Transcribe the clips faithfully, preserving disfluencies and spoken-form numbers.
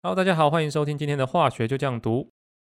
Hello，大家好，欢迎收听今天的化学就这样读。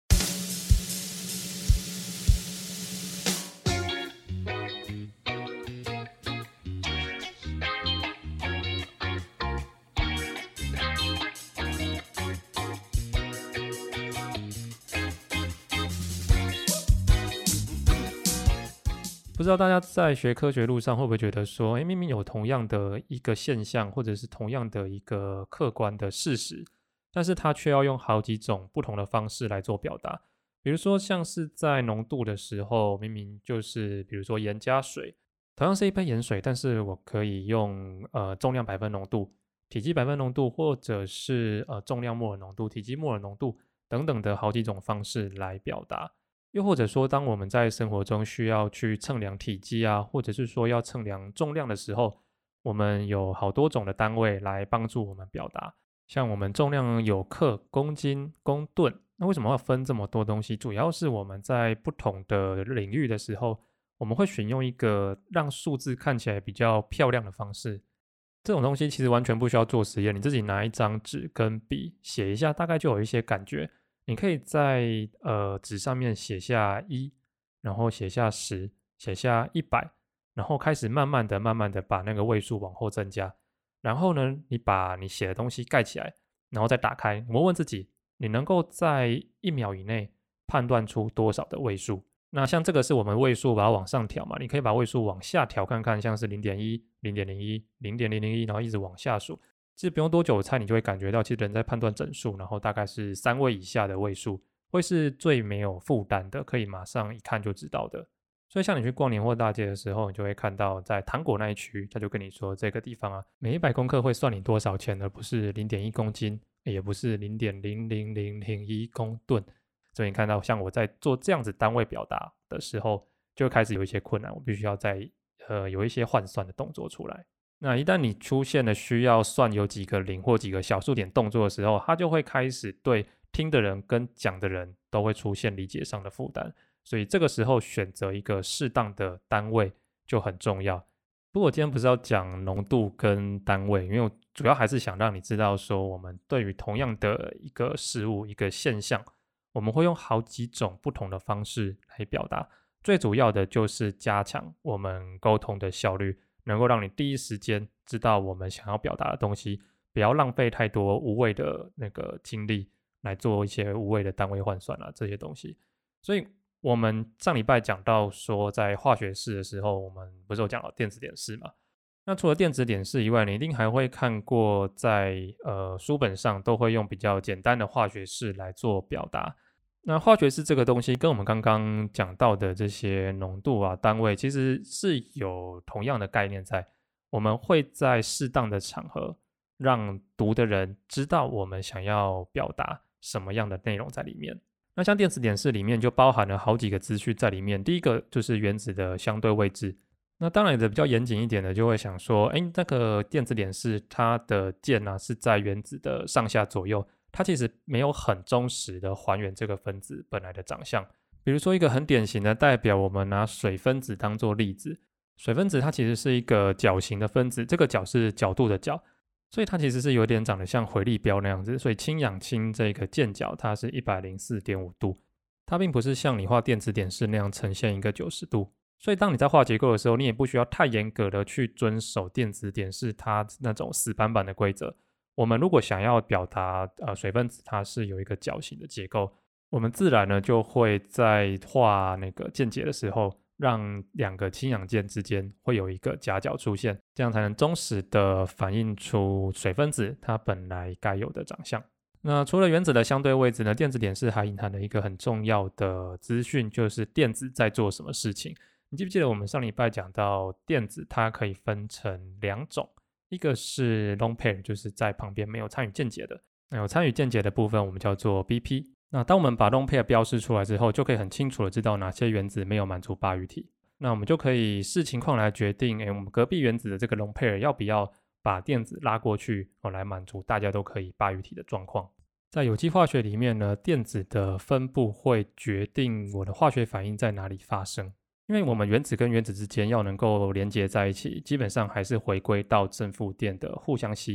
不知道大家在学科学路上会不会觉得说，诶，明明有同样的一个现象，或者是同样的一个客观的事实，但是它却要用好几种不同的方式来做表达。比如说，像是在浓度的时候，明明就是比如说盐加水，同样是一杯盐水，但是我可以用呃重量百分浓度、体积百分浓度，或者是呃重量摩尔浓度、体积摩尔浓度等等的好几种方式来表达。又或者说，当我们在生活中需要去称量体积啊，或者是说要称量重量的时候，我们有好多种的单位来帮助我们表达。像我们重量有克、公斤、公吨，那为什么要分这么多东西？主要是我们在不同的领域的时候，我们会选用一个让数字看起来比较漂亮的方式。这种东西其实完全不需要做实验，你自己拿一张纸跟笔写一下，大概就有一些感觉。你可以在呃纸上面写下一，然后写下十，写下一百，然后开始慢慢的、慢慢的把那个位数往后增加。然后呢，你把你写的东西盖起来，然后再打开。我们问自己，你能够在一秒以内判断出多少的位数？那像这个是我们位数把它往上调嘛，你可以把位数往下调看看，像是零点一、零点零一、零点零零一，然后一直往下数。其实不用多久，我猜你就会感觉到，其实人在判断整数，然后大概是三位以下的位数，会是最没有负担的，可以马上一看就知道的。所以像你去逛年货大街的时候，你就会看到在糖果那一区，他就跟你说这个地方啊，每一百公克会算你多少钱，而不是零点一公斤，也不是零点零零零零一公吨。所以你看到，像我在做这样子单位表达的时候，就开始有一些困难，我必须要在呃有一些换算的动作出来。那一旦你出现了需要算有几个零或几个小数点动作的时候，它就会开始对听的人跟讲的人都会出现理解上的负担。所以这个时候选择一个适当的单位就很重要。不过我今天不是要讲浓度跟单位，因为我主要还是想让你知道说，我们对于同样的一个事物、一个现象，我们会用好几种不同的方式来表达。最主要的就是加强我们沟通的效率，能够让你第一时间知道我们想要表达的东西，不要浪费太多无谓的那个精力来做一些无谓的单位换算啊这些东西。所以我们上礼拜讲到说，在化学式的时候，我们不是有讲到电子点式嘛？那除了电子点式以外，你一定还会看过在呃书本上都会用比较简单的化学式来做表达。那化学式这个东西跟我们刚刚讲到的这些浓度啊单位，其实是有同样的概念在。我们会在适当的场合让读的人知道我们想要表达什么样的内容在里面。那像电子点式里面就包含了好几个资讯在里面。第一个就是原子的相对位置。那当然的比较严谨一点的就会想说，哎，那个电子点式它的键呢、啊、是在原子的上下左右。它其实没有很忠实的还原这个分子本来的长相。比如说一个很典型的代表，我们拿水分子当做例子，水分子它其实是一个角形的分子，这个角是角度的角，所以它其实是有点长得像回力镖那样子，所以氢氧氢这个键角它是 一百零四点五 度，它并不是像你画电子点式那样呈现一个九十度。所以当你在画结构的时候，你也不需要太严格的去遵守电子点式它那种死板板的规则。我们如果想要表达呃水分子它是有一个角形的结构，我们自然呢就会在画那个键结的时候，让两个氢氧键之间会有一个夹角出现，这样才能忠实的反映出水分子它本来该有的长相。那除了原子的相对位置呢，电子点式还隐含了一个很重要的资讯，就是电子在做什么事情。你记不记得我们上礼拜讲到电子它可以分成两种，一个是 lone pair， 就是在旁边没有参与键结的，那有参与键结的部分我们叫做 B P。 那当我们把 lone pair 标示出来之后，就可以很清楚的知道哪些原子没有满足八隅体，那我们就可以视情况来决定，诶我们隔壁原子的这个 lone pair 要不要把电子拉过去、哦、来满足大家都可以八隅体的状况。在有机化学里面呢，电子的分布会决定我的化学反应在哪里发生。因为我们原子跟原子之间要能够连接在一起，基本上还是回归到正负电的互相吸引。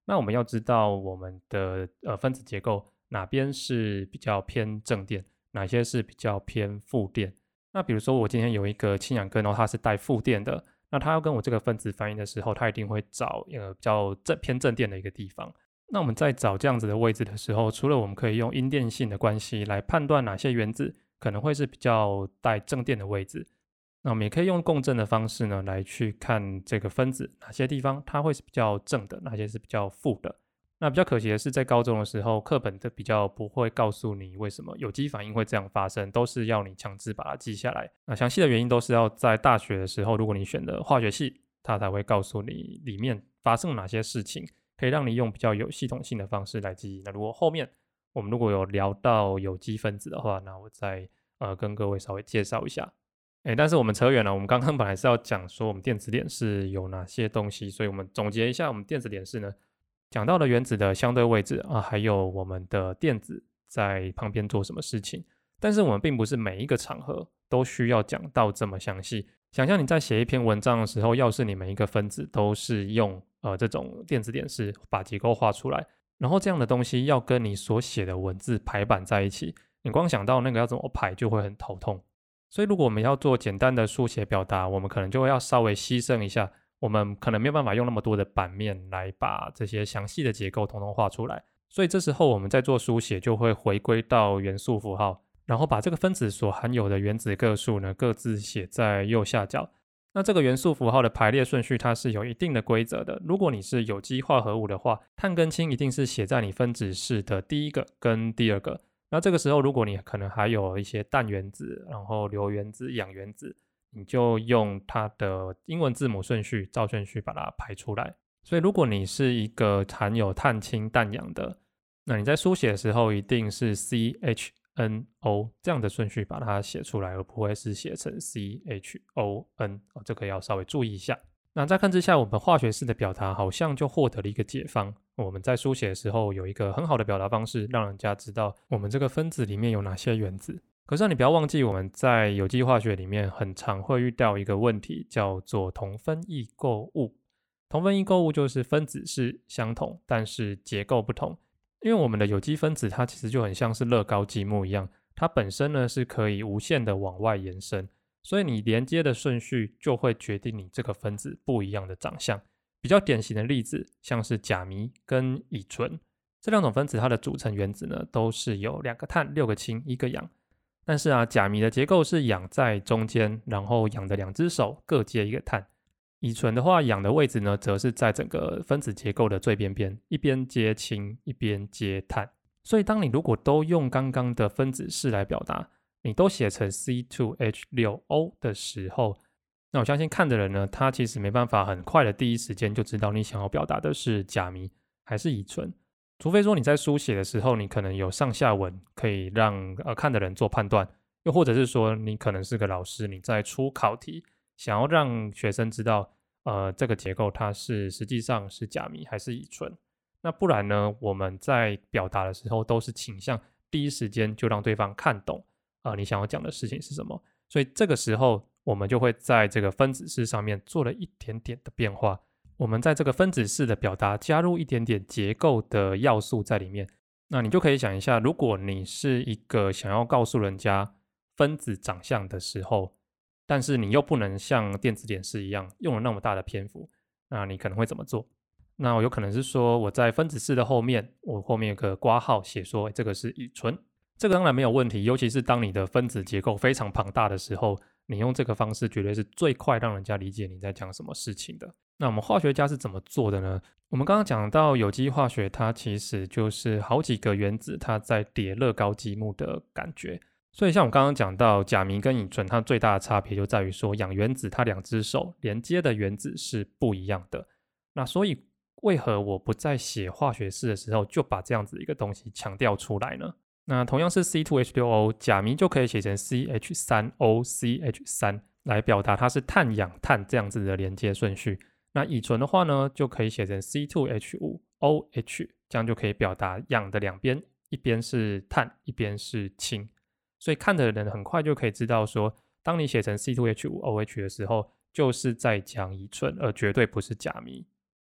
那我们要知道我们的呃分子结构哪边是比较偏正电，哪些是比较偏负电。那比如说我今天有一个氢氧根，然后它是带负电的，那它要跟我这个分子反应的时候，它一定会找呃比较正偏正电的一个地方。那我们在找这样子的位置的时候，除了我们可以用阴电性的关系来判断哪些原子可能会是比较带正电的位置，那我们也可以用共振的方式呢来去看这个分子哪些地方它会是比较正的，哪些是比较负的。那比较可惜的是，在高中的时候，课本的比较不会告诉你为什么有机反应会这样发生，都是要你强制把它记下来。那详细的原因都是要在大学的时候，如果你选的化学系，它才会告诉你里面发生了哪些事情，可以让你用比较有系统性的方式来记忆。那如果后面我们如果有聊到有机分子的话，那我再呃跟各位稍微介绍一下。哎，但是我们扯远了，我们刚刚本来是要讲说我们电子点是有哪些东西，所以我们总结一下，我们电子点是呢，讲到了原子的相对位置啊，还有我们的电子在旁边做什么事情。但是我们并不是每一个场合都需要讲到这么详细。想象你在写一篇文章的时候，要是你每一个分子都是用呃这种电子点式把结构画出来，然后这样的东西要跟你所写的文字排版在一起，你光想到那个要怎么排就会很头痛。所以如果我们要做简单的书写表达，我们可能就会要稍微牺牲一下，我们可能没有办法用那么多的版面来把这些详细的结构统统画出来。所以这时候我们在做书写就会回归到元素符号，然后把这个分子所含有的原子个数呢各自写在右下角。那这个元素符号的排列顺序它是有一定的规则的。如果你是有机化合物的话，碳跟氢一定是写在你分子式的第一个跟第二个。那这个时候，如果你可能还有一些氮原子，然后硫原子、氧原子，你就用它的英文字母顺序、照顺序把它排出来。所以，如果你是一个含有碳、氢、氮、氧的，那你在书写的时候一定是 C H N O 这样的顺序把它写出来，而不会是写成 C H O N、哦、这个要稍微注意一下。那再看之下，我们化学式的表达好像就获得了一个解方。我们在书写的时候有一个很好的表达方式，让人家知道我们这个分子里面有哪些原子。可是你不要忘记，我们在有机化学里面很常会遇到一个问题，叫做同分异构物。同分异构物就是分子是相同，但是结构不同。因为我们的有机分子它其实就很像是乐高积木一样，它本身呢是可以无限的往外延伸。所以你连接的顺序就会决定你这个分子不一样的长相。比较典型的例子，像是甲醚跟乙醇这两种分子，它的组成原子呢都是有两个碳、六个氢、一个氧。但是啊，甲醚的结构是氧在中间，然后氧的两只手各接一个碳。乙醇的话，氧的位置呢则是在整个分子结构的最边边，一边接氢，一边接碳。所以当你如果都用刚刚的分子式来表达，你都写成 C 二 H 六 O 的时候，那我相信看的人呢，他其实没办法很快的第一时间就知道你想要表达的是甲醚还是乙醇，除非说你在书写的时候，你可能有上下文可以让呃看的人做判断，又或者是说你可能是个老师，你在出考题，想要让学生知道，呃，这个结构它是实际上是甲醚还是乙醇。那不然呢，我们在表达的时候都是倾向第一时间就让对方看懂。啊、呃，你想要讲的事情是什么？所以这个时候，我们就会在这个分子式上面做了一点点的变化。我们在这个分子式的表达加入一点点结构的要素在里面。那你就可以想一下，如果你是一个想要告诉人家分子长相的时候，但是你又不能像电子点式一样用了那么大的篇幅，那你可能会怎么做？那我有可能是说，我在分子式的后面，我后面有个括号写说，这个是乙醇。这个当然没有问题，尤其是当你的分子结构非常庞大的时候，你用这个方式绝对是最快让人家理解你在讲什么事情的。那我们化学家是怎么做的呢？我们刚刚讲到有机化学，它其实就是好几个原子它在叠乐高积木的感觉。所以像我刚刚讲到甲醚跟乙醇，它最大的差别就在于说，氧原子它两只手连接的原子是不一样的。那所以为何我不在写化学式的时候就把这样子一个东西强调出来呢？那同样是 C 二 H 六 O， 甲醚就可以写成 C H 三 O C H 三 来表达它是碳氧碳这样子的连接顺序。那乙醇的话呢，就可以写成 C 二 H 五 O H， 这样就可以表达氧的两边，一边是碳，一边是氢。所以看的人很快就可以知道说，当你写成 C 二 H 五 O H 的时候，就是在讲乙醇，而绝对不是甲醚。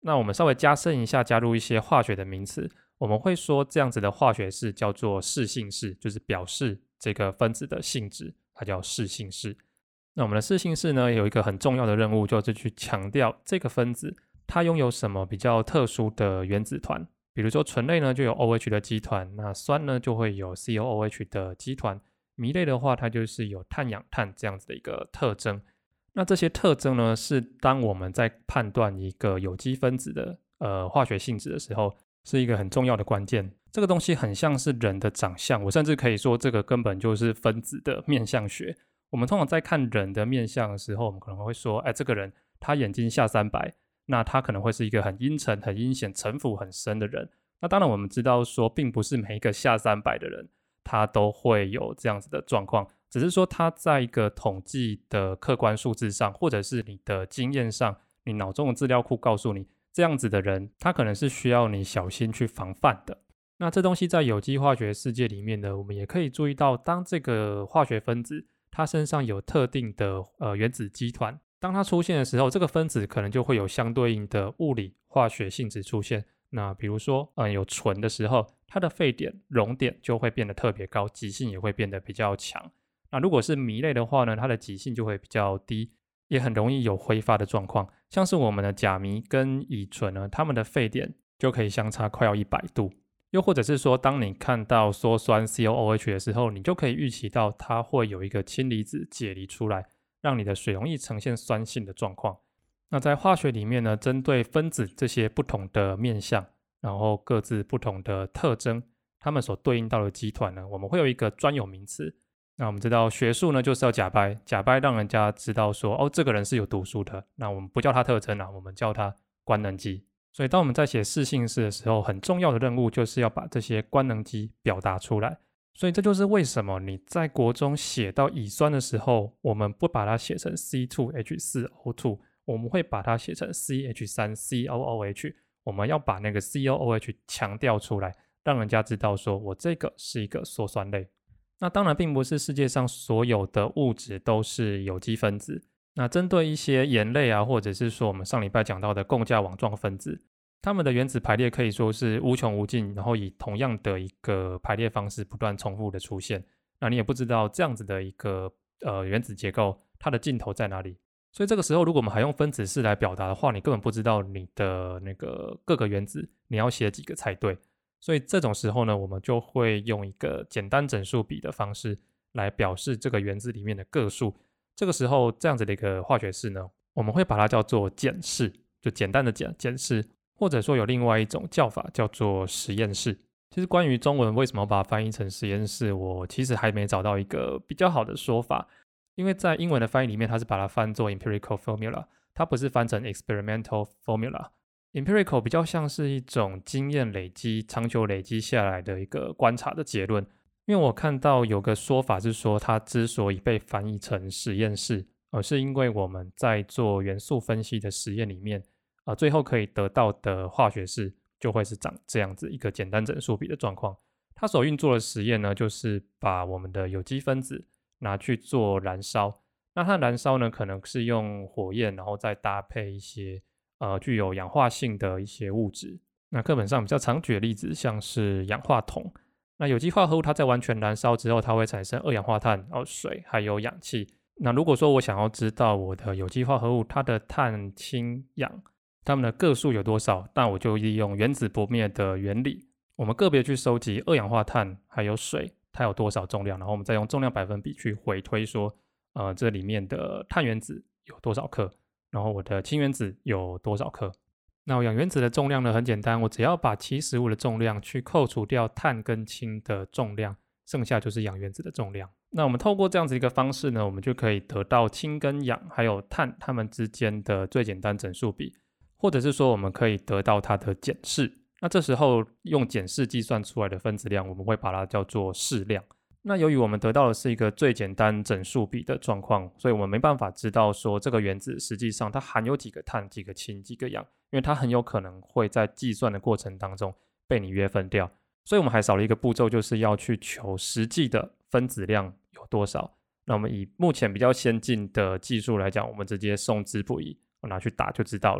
那我们稍微加深一下，加入一些化学的名词，我们会说这样子的化学式叫做示性式，就是表示这个分子的性质，它叫示性式。那我们的示性式呢，有一个很重要的任务，就是去强调这个分子它拥有什么比较特殊的原子团。比如说醇类呢就有 O H 的基团，那酸呢就会有 C O O H 的基团，醚类的话它就是有碳氧碳这样子的一个特征。那这些特征呢，是当我们在判断一个有机分子的呃化学性质的时候，是一个很重要的关键。这个东西很像是人的长相，我甚至可以说这个根本就是分子的面相学。我们通常在看人的面相的时候，我们可能会说，哎，这个人他眼睛下三白，那他可能会是一个很阴沉、很阴险、城府很深的人。那当然我们知道说，并不是每一个下三白的人，他都会有这样子的状况。只是说它在一个统计的客观数字上，或者是你的经验上，你脑中的资料库告诉你，这样子的人，他可能是需要你小心去防范的。那这东西在有机化学世界里面呢，我们也可以注意到，当这个化学分子它身上有特定的呃原子基团，当它出现的时候，这个分子可能就会有相对应的物理化学性质出现。那比如说，呃，有醇的时候，它的沸点、熔点就会变得特别高，极性也会变得比较强。那如果是醚类的话呢，它的极性就会比较低，也很容易有挥发的状况。像是我们的甲醚跟乙醇呢，它们的沸点就可以相差快要一百度。又或者是说，当你看到羧酸 C O O H 的时候，你就可以预期到它会有一个氢离子解离出来，让你的水容易呈现酸性的状况。那在化学里面呢，针对分子这些不同的面向，然后各自不同的特征，它们所对应到的基团呢，我们会有一个专有名词。那我们知道学术呢就是要假掰，假掰让人家知道说，哦，这个人是有读书的。那我们不叫他特征啦，我们叫他官能基。所以当我们在写示性式的时候，很重要的任务就是要把这些官能基表达出来。所以这就是为什么你在国中写到乙酸的时候，我们不把它写成 C 二 H 四 O 二， 我们会把它写成 C H 三 C O O H。我们要把那个 C O O H 强调出来，让人家知道说我这个是一个羧酸类。那当然并不是世界上所有的物质都是有机分子。那针对一些盐类啊，或者是说我们上礼拜讲到的共价网状分子，它们的原子排列可以说是无穷无尽，然后以同样的一个排列方式不断重复的出现。那你也不知道这样子的一个呃原子结构，它的尽头在哪里。所以这个时候，如果我们还用分子式来表达的话，你根本不知道你的那个各个原子你要写几个才对。所以这种时候呢，我们就会用一个简单整数比的方式来表示这个原子里面的个数。这个时候，这样子的一个化学式呢，我们会把它叫做简式，就简单的简简式，或者说有另外一种叫法叫做实验式。其实关于中文为什么把它翻译成实验室，我其实还没找到一个比较好的说法。因为在英文的翻译里面，它是把它翻作 empirical formula， 它不是翻成 experimental formula。empirical 比较像是一种经验累积、长久累积下来的一个观察的结论。因为我看到有个说法是说，它之所以被翻译成实验室，而是因为我们在做元素分析的实验里面，呃，最后可以得到的化学式就会是长这样子一个简单整数比的状况。它所运作的实验呢，就是把我们的有机分子拿去做燃烧。那它燃烧呢，可能是用火焰，然后再搭配一些呃具有氧化性的一些物质。那课本上比较常举的例子，像是氧化铜。那有机化合物它在完全燃烧之后，它会产生二氧化碳、然后水还有氧气。那如果说我想要知道我的有机化合物它的碳、氢、氧它们的个数有多少，那我就利用原子不灭的原理，我们个别去收集二氧化碳还有水它有多少重量，然后我们再用重量百分比去回推说，呃，这里面的碳原子有多少克，然后我的氢原子有多少克。那氧原子的重量呢，很简单，我只要把七十五的重量去扣除掉碳跟氢的重量，剩下就是氧原子的重量。那我们透过这样子一个方式呢，我们就可以得到氢跟氧还有碳它们之间的最简单整数比，或者是说我们可以得到它的简式。那这时候用简式计算出来的分子量，我们会把它叫做式量。那由于我们得到的是一个最简单整数比的状况，所以我们没办法知道说这个原子实际上它含有几个碳、几个氢、几个氧，因为它很有可能会在计算的过程当中被你约分掉。所以我们还少了一个步骤，就是要去求实际的分子量有多少。那我们以目前比较先进的技术来讲，我们直接送质谱仪拿去打就知道了。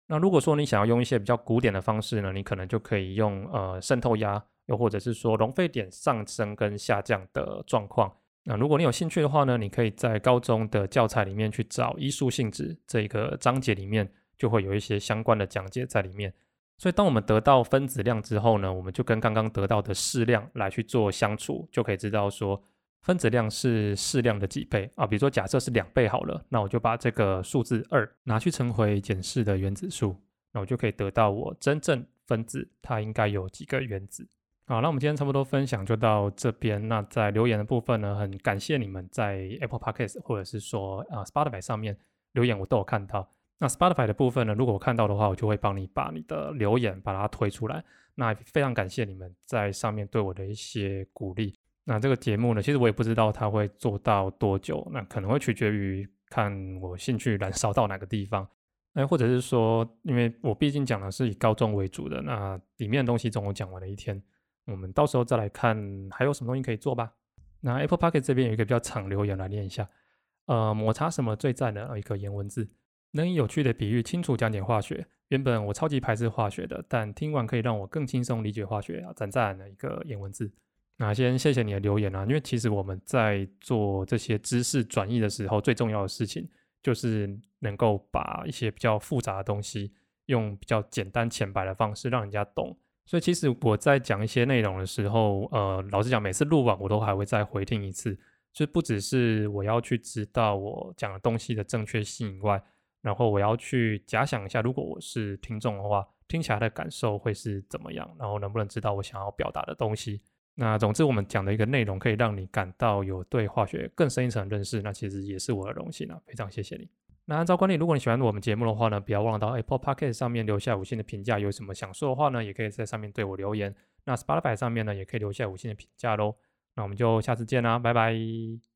那如果说你想要用一些比较古典的方式呢，你可能就可以用呃渗透压，又或者是说熔沸点上升跟下降的状况。那如果你有兴趣的话呢，你可以在高中的教材里面去找艺术性质这个章节里面，就会有一些相关的讲解在里面。所以当我们得到分子量之后呢，我们就跟刚刚得到的适量来去做相除，就可以知道说分子量是适量的几倍啊。比如说假设是两倍好了，那我就把这个数字二拿去乘回简式的原子数，那我就可以得到我真正分子它应该有几个原子。好，那我们今天差不多分享就到这边。那在留言的部分呢，很感谢你们在 Apple Podcast 或者是说呃 Spotify 上面留言，我都有看到。那 Spotify 的部分呢，如果我看到的话，我就会帮你把你的留言把它推出来。那非常感谢你们在上面对我的一些鼓励。那这个节目呢，其实我也不知道它会做到多久，那可能会取决于看我兴趣燃烧到哪个地方。哎，或者是说，因为我毕竟讲的是以高中为主的，那里面的东西总共讲完了一天，我们到时候再来看还有什么东西可以做吧。那 Apple Podcast 这边有一个比较长留言来念一下，呃，抹茶什么最赞的一个颜文字，能以有趣的比喻清楚讲解化学。原本我超级排斥化学的，但听完可以让我更轻松理解化学啊，赞赞的一个颜文字。那先谢谢你的留言啊，因为其实我们在做这些知识转译的时候，最重要的事情就是能够把一些比较复杂的东西用比较简单浅白的方式让人家懂。所以其实我在讲一些内容的时候，呃，老实讲，每次录完我都还会再回听一次，就不只是我要去知道我讲的东西的正确性以外，然后我要去假想一下，如果我是听众的话，听起来的感受会是怎么样，然后能不能知道我想要表达的东西。那总之我们讲的一个内容可以让你感到有对化学更深一层认识，那其实也是我的荣幸啊，非常谢谢你。那按照惯例，如果你喜欢我们节目的话呢，不要忘了到 Apple Podcast 上面留下五星的评价，有什么想说的话呢，也可以在上面对我留言。那 Spotify 上面呢，也可以留下五星的评价咯。那我们就下次见啦，拜拜。